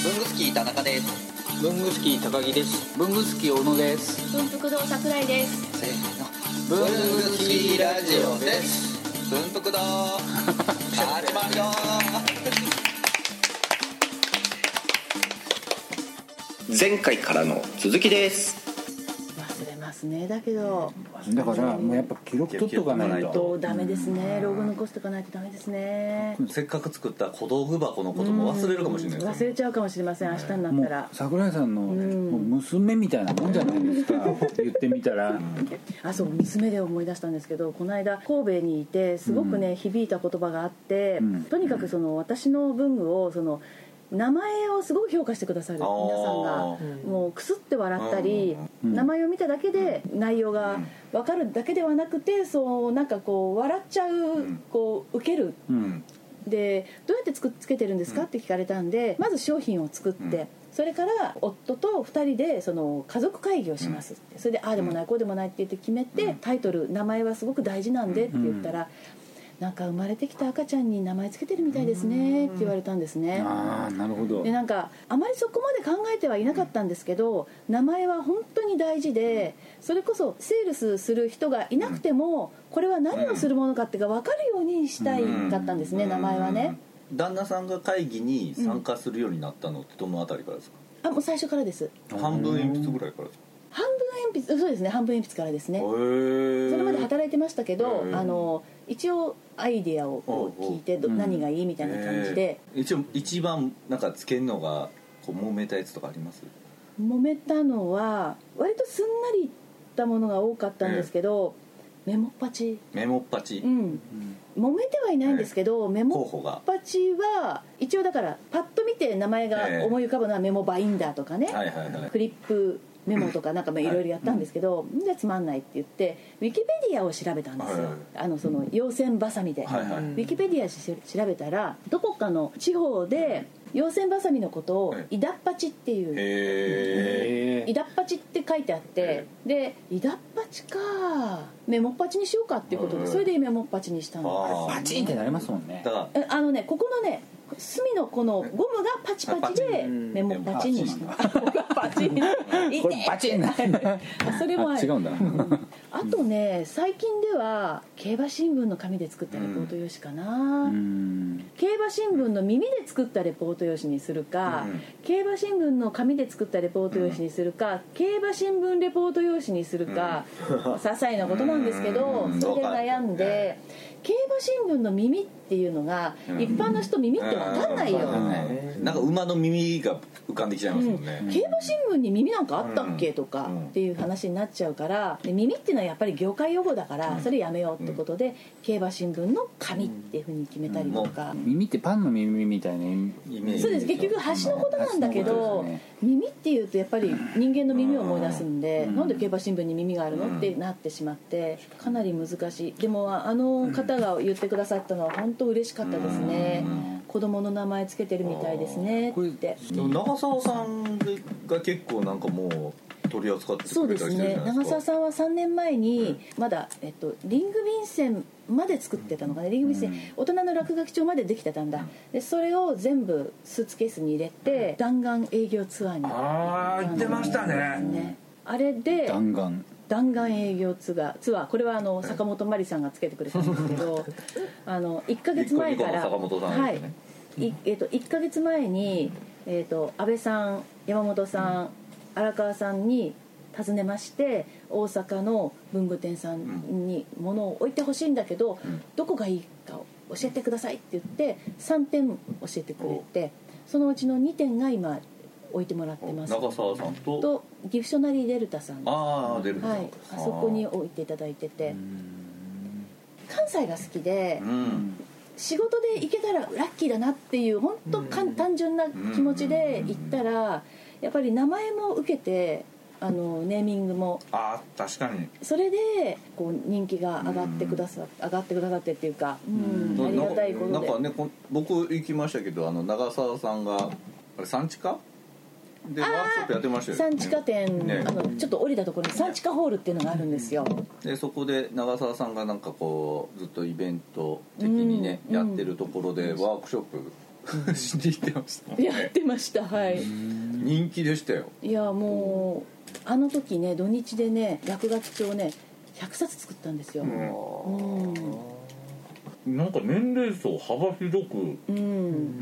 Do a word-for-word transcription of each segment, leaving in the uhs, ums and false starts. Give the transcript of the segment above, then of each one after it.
文具スキー田中です。 文具スキー高木です。文具スキー小野です。 文福堂桜井です。 せーの、文具スキーラジオです。文福堂始まるよ前回からの続きです。 忘れますね。だけどだからもうやっぱ記録取っとかないとダメですね。ログ残しておかないとダメですね。 せっかく作った小道具箱のことも忘れるかもしれないです、ね、 忘れちゃうかもしれません。明日になったらもう桜井さんのもう娘みたいなもんじゃないですか言ってみたらあ、そう、娘で思い出したんですけど、この間神戸にいてすごくね、うん、響いた言葉があって、うん、とにかくその私の文具をその名前をすごく評価してくださる皆さんが、もうクスって笑ったり、名前を見ただけで内容が分かるだけではなくて、そうなんかこう笑っちゃう、こうウケる、でどうやってつくつけてるんですかって聞かれたんで、まず商品を作って、それから夫とふたりでその家族会議をしますって、それでああでもないこうでもないって言って決めて、タイトル名前はすごく大事なんでって言ったら、なんか生まれてきた赤ちゃんに名前つけてるみたいですねって言われたんですね。 ああ、なるほど。 でなんかあまりそこまで考えてはいなかったんですけど、名前は本当に大事で、それこそセールスする人がいなくてもこれは何をするものかっていうか分かるようにしたいかったんですね、名前はね。 旦那さんが会議に参加するようになったのってどのあたりからですか？ あ、もう最初からです。 半分鉛筆ぐらいからですか？ 半分鉛筆、そうですね、半分鉛筆からですね。それまで働いてましたけど、あの一応アイデアをこう聞いてど、うん、何がいいみたいな感じで、 一応一番なんかつけるのがこう揉めたやつとかあります？ 揉めたのは割とすんなりいったものが多かったんですけど、メモパチメモパチ、 うん、揉めてはいないんですけど、メモパチは一応だからパッと見て名前が思い浮かぶのはメモバインダーとかね、 はいはいはい、 クリップメモとかなんかいろいろやったんですけど、はい、じゃつまんないって言ってウィキペディアを調べたんですよ、はいはい、あのその用線バサミで、はいはい、ウィキペディアし調べたらどこかの地方で用線バサミのことをイダッパチっていう、へー、イダッパチって書いてあって、でイダッパチかメモパチにしようかっていうことで、それでメモパチにしたんです。 パチンってなりますもんね。だからあのね、ここのね隅のこのゴムがパチパチでメモパチにした。パチンこれパチンそれもある。 違うんだ。 あとね、最近では競馬新聞の紙で作ったレポート用紙かな、うん、競馬新聞の耳で作ったレポート用紙にするか、うん、競馬新聞の紙で作ったレポート用紙にするか、うん、競馬新聞レポート用紙にするか、うん、些細なことなんですけど、うん、それで悩んで、競馬新聞の耳っていうのが一般の人耳って分かんないよ、うん、 なんか馬の耳が浮かんできちゃいますもんね、 うん、競馬新聞に耳なんかあったっけとかっていう話になっちゃうから、で耳っていうのはやっぱり業界用語だからそれやめようってことで、競馬新聞の紙っていうふうに決めたりとか、 うん、耳ってパンの耳みたいなイメージ。 そうです、結局端のことなんだけど、ね、耳っていうとやっぱり人間の耳を思い出すんで、うん、なんで競馬新聞に耳があるのってなってしまって、かなり難しい。でもあの方が言ってくださったのは本当嬉しかったですね。子供の名前つけてるみたいですねって。 長澤さんが結構なんかもう取り扱ってくれたりしてるじゃないですか。 そうですね、長澤さんはさんねんまえにまだ、えっと、リング便箋まで作ってたのかな、リング便箋、うん、大人の落書き帳までできてたんだ。でそれを全部スーツケースに入れて弾丸営業ツアーにああ行ってましたね。 あれで弾丸弾丸営業ツアー、ツアーこれはあの坂本真理さんがつけてくれたんですけどあのいっかげつまえから坂本さんですね、はいいえー、といっかげつまえに、えー、と安倍さん、山本さん、荒川さんに訪ねまして、大阪の文具店さんに物を置いてほしいんだけど、うん、どこがいいかを教えてくださいって言ってさんてん教えてくれて、そのうちのにてんが今置いてもらってます。 長澤さん と, とギフショナリーデルタさん、 あデルタさん、 はい、あそこに置いていただいてて、関西が好きで、うん、仕事で行けたらラッキーだなっていう本当かん単純な気持ちで行ったら、やっぱり名前も受けて、あのネーミングもあ確かにそれでこう人気が上がってくださ上がってくださってっていうか、うん、ありがたいことで。 なんかね、僕行きましたけど、あの長澤さんがあれ産地下でワークショップやってましたよね。 産地下店、ね、あのちょっと降りたところに産地下ホールっていうのがあるんですよ。 でそこで長澤さんがなんかこうずっとイベント的にね、うん、やってるところでワークショップしに行ってましたもんね。 やってました。はい。 人気でしたよ。 いやもうあの時ね土日でね略学帳ねひゃくさつ作ったんですよ。うんなんか年齢層幅広く、 うん、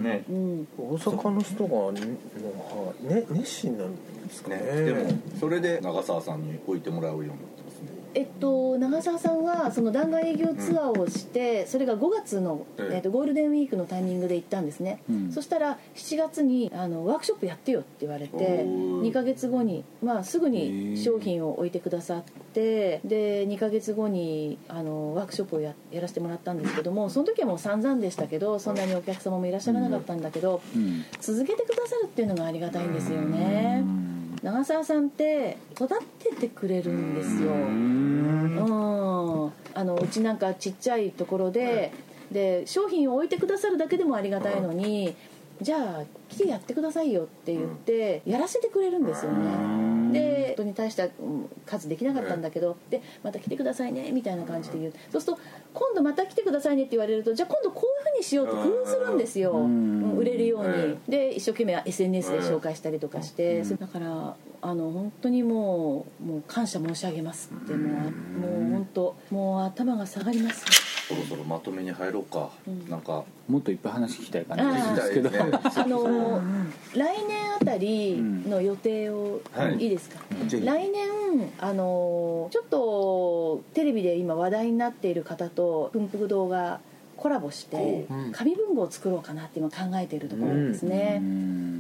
ね、 うん、 大阪の人がね、ね熱心なんですかね。 ねでもそれで長澤さんに置いてもらうようになってますね。 えっと、長澤さんはその弾丸営業ツアーをして、うん、それがごがつの、 えええっと、ゴールデンウィークのタイミングで行ったんですね、うん、そしたらしちがつにあのワークショップやってよって言われてにかげつごに、まあ、すぐに商品を置いてくださってでにかげつごにあのワークショップを や, やらせてもらったんですけどもその時はもう散々でしたけどそんなにお客様もいらっしゃらなかったんだけど、うん、続けてくださるっていうのがありがたいんですよね。長澤さんって育ててくれるんですよ。うんあのうちなんかちっちゃいところで、で商品を置いてくださるだけでもありがたいのに、じゃあ来てやってくださいよって言ってやらせてくれるんですよね。で本当に大した数できなかったんだけど、でまた来てくださいねみたいな感じで言う。そうすると今度また来てくださいねって言われると、じゃあ今度こういうふうにしようと工夫するんですよ。売れるように。で一生懸命 エスエヌエス で紹介したりとかして、だからあの本当にもうもう感謝申し上げますって、もうもう本当もう頭が下がります。 そろそろまとめに入ろうか、うん、なんかもっといっぱい話聞きたい感じなんですけど、 あの来年あたりの予定を、うん、いいですか、はい、来年あのちょっとテレビで今話題になっている方と文福堂がコラボして紙文具を作ろうかなって今考えているところですね、うん、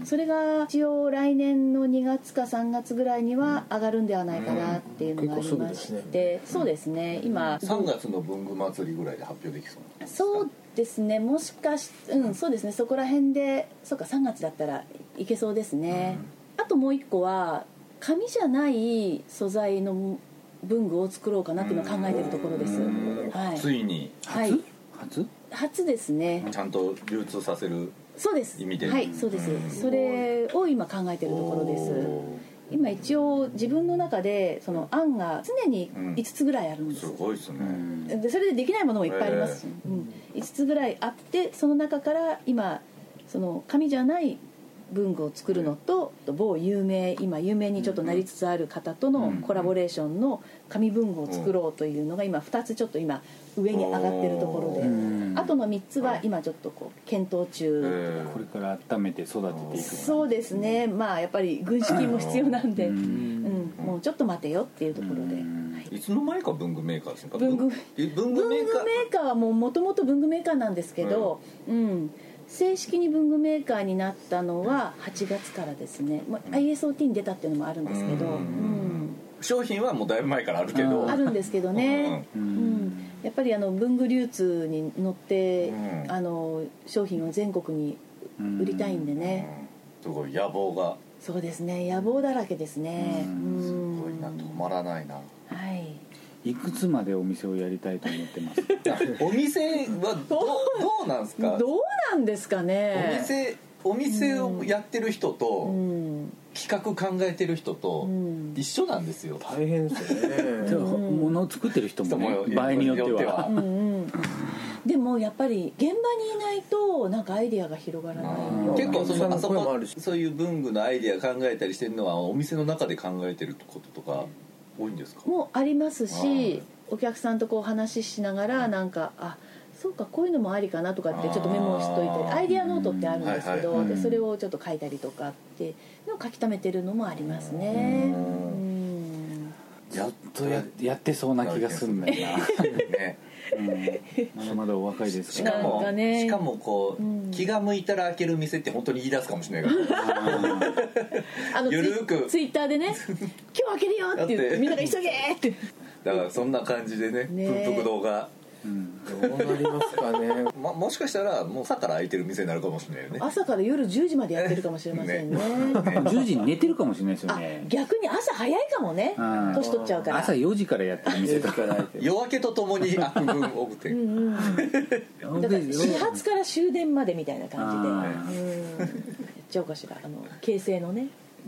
それが一応来年のにがつかさんがつぐらいには上がるんではないかなっていうのがありまして、うん、そうですね今さんがつの文具祭りぐらいで発表できそうなんですか。 そうですね、もしかしうんそうですね、そこら辺でそうかさんがつだったらいけそうですね、うん、あともう一個は紙じゃない素材の文具を作ろうかなっていうのを考えているところです、はい、 ついにはい初初ですね。 ちゃんと流通させるそうです意味で、 はいそうです、それを今考えているところです。今一応自分の中でその案が常にいつつぐらいあるんです、 うん、すごいですね。 でそれでできないものもいっぱいあります、うん、いつつぐらいあって、その中から今その紙じゃない文具を作るのと、某有名今有名にちょっとなりつつある方とのコラボレーションの紙文具を作ろうというのが今ふたつちょっと今上に上がってるところで、あとのみっつは今ちょっとこう検討中。 これから温めて育てていく。 そうですね、まあやっぱり軍資金も必要なんで、うん、もうちょっと待てよっていうところで、はい、 いつの間にか文具メーカーですか。 文具文具メーカー、文具メーカーはもともと文具メーカーなんですけど、うん、うん正式に文具メーカーになったのははちがつからですね、まあ、アイエスオーティー に出たっていうのもあるんですけど、うん、 商品はもうだいぶ前からあるけどあるんですけどね、うんうん、やっぱりあの文具流通に乗って、うん、あの商品を全国に売りたいんでね、 うん、すごい野望が。 そうですね、野望だらけですね、 うんうん、すごいな、止まらないな。 はい、 いくつまでお店をやりたいと思ってますお店はど う, どうなんですか。 どうなんですかね。 お店お店をやってる人と、うん、企画考えてる人と一緒なんですよ、うん、 大変ですよね物を作ってる人も、ね、場合によっては、うんうん、 でもやっぱり現場にいないとなんかアイディアが広がらない。 結構そのあそこそういう文具のアイディア考えたりしてるのはお店の中で考えてることとか多いんですか。 もうありますし、お客さんとこう話ししながらなんかあそうかこういうのもありかなとかってちょっとメモをしといて、アイディアノートってあるんですけど、はいはいはい、でそれをちょっと書いたりとかってのを書き溜めてるのもありますね。うんやっと や, やってそうな気がするんだよな、ねうん、まだまだお若いですしかも、ね、しかもこう、うん、気が向いたら開ける店って本当に言い出すかもしれないからあのゆるくツイッターでね今日開けるよって言ってみんなが急げってだからそんな感じでね文福堂がうん、どうなりますかねま、もしかしたらもう朝から開いてる店になるかもしれないよね。 朝から夜じゅうじまでやってるかもしれませんねねじゅうじに寝てるかもしれないですよね。 逆に朝早いかもね、年取っちゃうから朝よじからやってる店とか夜明けとともに開く分多くてうん、 うん、だから始発から終電までみたいな感じで、うん、やっちゃおうかしら、あの京成のね、うん、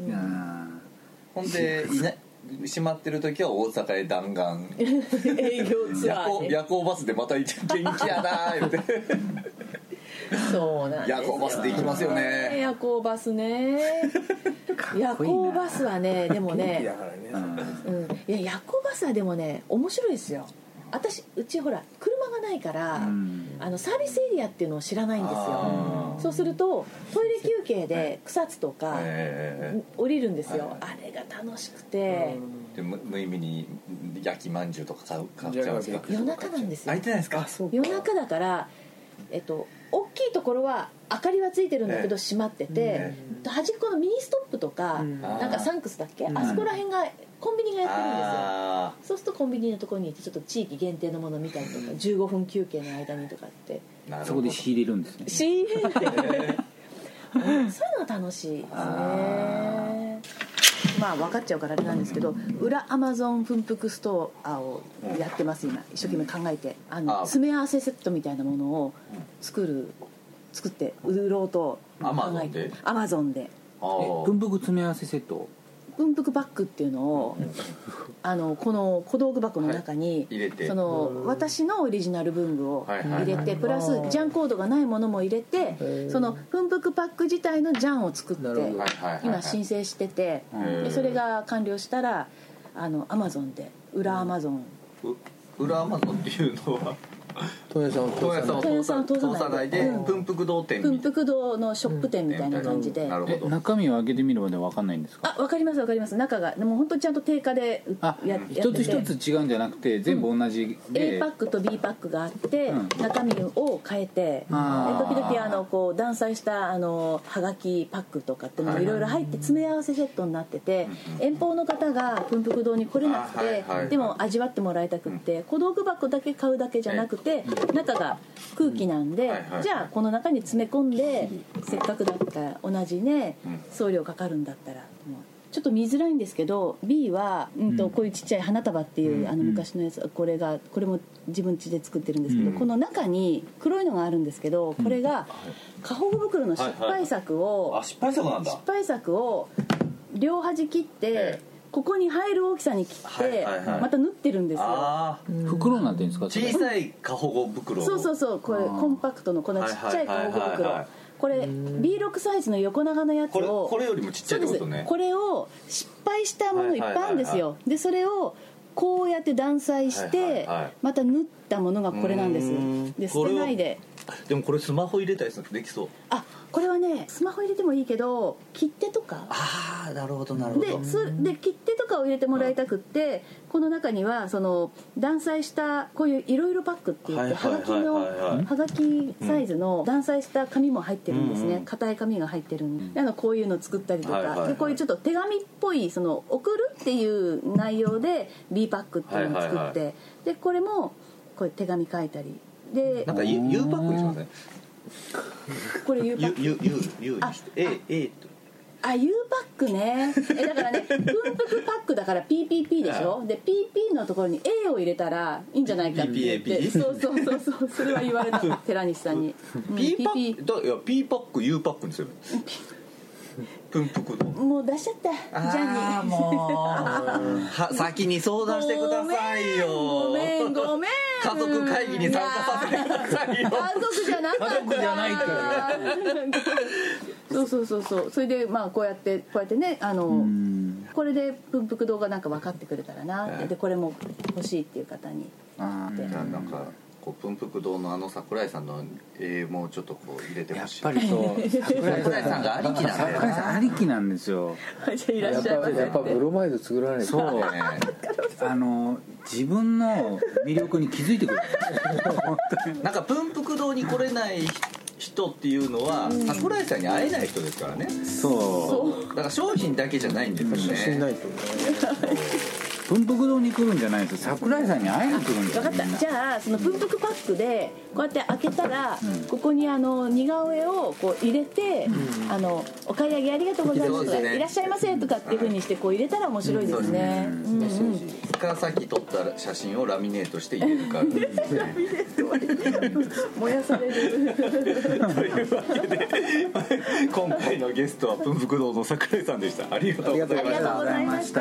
ほんでいない閉まってる時は大阪へ弾丸営業ツアー、ね、 夜行バスでまた行って元気やなーってそうなんですよ。 夜行バスで行きますよね。 夜行バスね。夜行バスはね、でもね、 だからね、 うん、いや夜行バスはでもね面白いですよ。私うちほら車がないから、うん、あのサービスエリアっていうのを知らないんですよ。そうするとトイレ休憩で草津とか降りるんですよ。あれが楽しくて、 で無意味に焼きまんじゅうとか買う買っちゃうんですか。 夜中なんですよ。 空いてないですか。 夜中だからえっと大きいところは明かりはついてるんだけど閉まってて、えー、端っこのミニストップとか、うん、なんかサンクスだっけ、うん、あそこら辺がコンビニがやってるんですよ。そうするとコンビニのところに行ってちょっと地域限定のもの見たりとか、うん、じゅうごふん休憩の間にとかってそこで仕入れるんですね。 仕入れるそういうの楽しいですね。まあ分かっちゃうからあれなんですけど、裏アマゾン奮腹ストアをやってます今。一生懸命考えてあの詰め合わせセットみたいなものを作る作って売ろうと考えて、アマゾンで奮腹詰め合わせセット、 奮腹バッグっていうのをあのこの小道具箱の中に、はい、入れてその私のオリジナル文具を入れて、プラスジャンコードがないものも入れて、その奮腹パック自体のジャンを作って今申請してて、でそれが完了したらあのアマゾンで裏アマゾン、 裏アマゾンっていうのは問屋さんを通さないで奮腹堂店、 奮腹堂のショップ店みたいな感じで、 なるほど。 中身を開けてみるまで分かんないんですか。 あ、分かります分かります。中がでも本当にちゃんと定価であやってて、一つ一つ違うんじゃなくて全部同じで、 うん、A パックと B パックがあって、うん、中身を変えて、時々あのこう断裁したあのはがきパックとかっていうのもいろいろ入って詰め合わせセットになってて、遠方の方が奮腹堂に来れなくて、でも味わってもらいたくって、小道具箱だけ買うだけじゃなくて、中が空気なんで、じゃあこの中に詰め込んで、せっかくだったら同じね送料かかるんだったらちょっと見づらいんですけど、 B は、うんとこういうちっちゃい花束っていうあの昔のやつ、これがこれも自分家で作ってるんですけど、この中に黒いのがあるんですけど、これが過保護袋の失敗作を、 あ、失敗作なんだ。 失敗作を両端切って、ここに入る大きさに切ってまた縫ってるんですよ。 あ袋なんていうんですか。 小さい過保護袋。 そうそうそう、これコンパクトのこのちっちゃい過保護袋、これ ビーろく サイズの横長のやつを、 これ、これよりもちっちゃいってことね。 これを失敗したものいっぱいあるんですよ。でそれをこうやって断裁してまた縫ったものがこれなんですよ。で捨てないで。 でもこれスマホ入れたりするとできそう。 あ、これはねスマホ入れてもいいけど切手とか、 ああなるほどなるほど。 でそで切手とかを入れてもらいたくって、この中にはその断裁したこういういろいろパックって言って、はがきのはがきサイズの断裁した紙も入ってるんですね。硬い紙が入ってるんで、あのこういうの作ったりとか、でこういうちょっと手紙っぽいその送るっていう内容で B パックっていうのを作って、でこれもこういう手紙書いたりで、 なんか U, U パックにしますね。 これ U パック U U U にして A A とあ U パックね。えだからね奮腹パックだから ピーピーピー でしょ。で ピーピー のところに A を入れたらいいんじゃないかって言って、そうそうそうそう、それは言われた寺西さんに。 P パックだ、いや P パック U パックにする。奮腹のもう出しちゃった。じゃあもうは先に相談してくださいよ。 ごめんごめん。 家族会議に参加させてくださいよ。 家族じゃなかった。 家族じゃないと。 そうそうそうそう。それでまあこうやってこうやってね、あのこれで奮腹動画なんか分かってくれたらなって、でこれも欲しいっていう方に。 ああ。じゃあなんかこう奮腹堂のあの桜井さんの絵もちょっとこう入れてほしい。 やっぱりそう桜井さんがありきなんだよ。 桜井さんありきなんですよ。 じゃあいらっしゃいませ。 やっぱブロマイド作らないと。 そうね。あの自分の魅力に気づいてくる。 なんか奮腹堂に来れない人っていうのは、うん、桜井さんに会えない人ですからね。 そうだから商品だけじゃないんですよね。 写真ないとね。 奮腹堂に来るんじゃないですよ。桜井さんに会いに来るんだよ。 分かった。じゃあその奮腹パックでこうやって開けたら、うん、ここにあの似顔絵をこう入れて、うん、あのお買い上げありがとうございますとか、ね、いらっしゃいませとかっていう風にしてこう入れたら面白いですね。 かさっき撮った写真をラミネートして入れるか。ラミネートは燃やされる。 というわけで今回のゲストは奮腹堂の桜井さんでした。ありがとうございました。 ありがとうございました。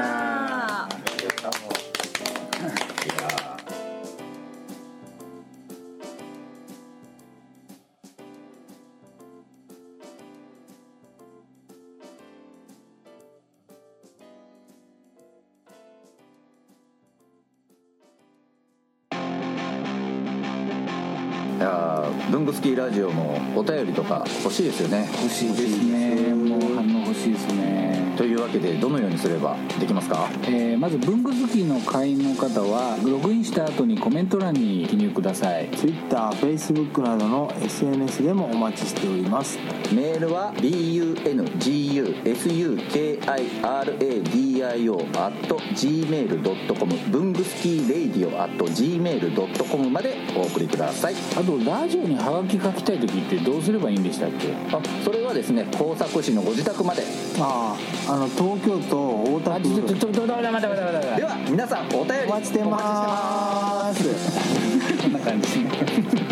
ら文具スキーラジオのお便りとか欲しいですよね。 欲しいですね。もう反応欲しいですね。 というわけでどのようにすればできますか？ えー、まず文具好きの会員の方はログインした後にコメント欄に記入ください。 Twitter、Facebook などの エスエヌエス でもお待ちしております。 メールは ブングスキーラディオ アット ジーメールドットコム 文具スキーレイディオ アット ジーメールドットコム までお送りください。 あとラジオにハガキ書きたい時ってどうすればいいんでしたっけ？ あ、それはですね、工作士のご自宅まで。 ああ、あの東京都大田区。 ちょっとちょっとちょっと待って待って待って待って。 では皆さんお便りお待ちしてます。 こんな感じですね。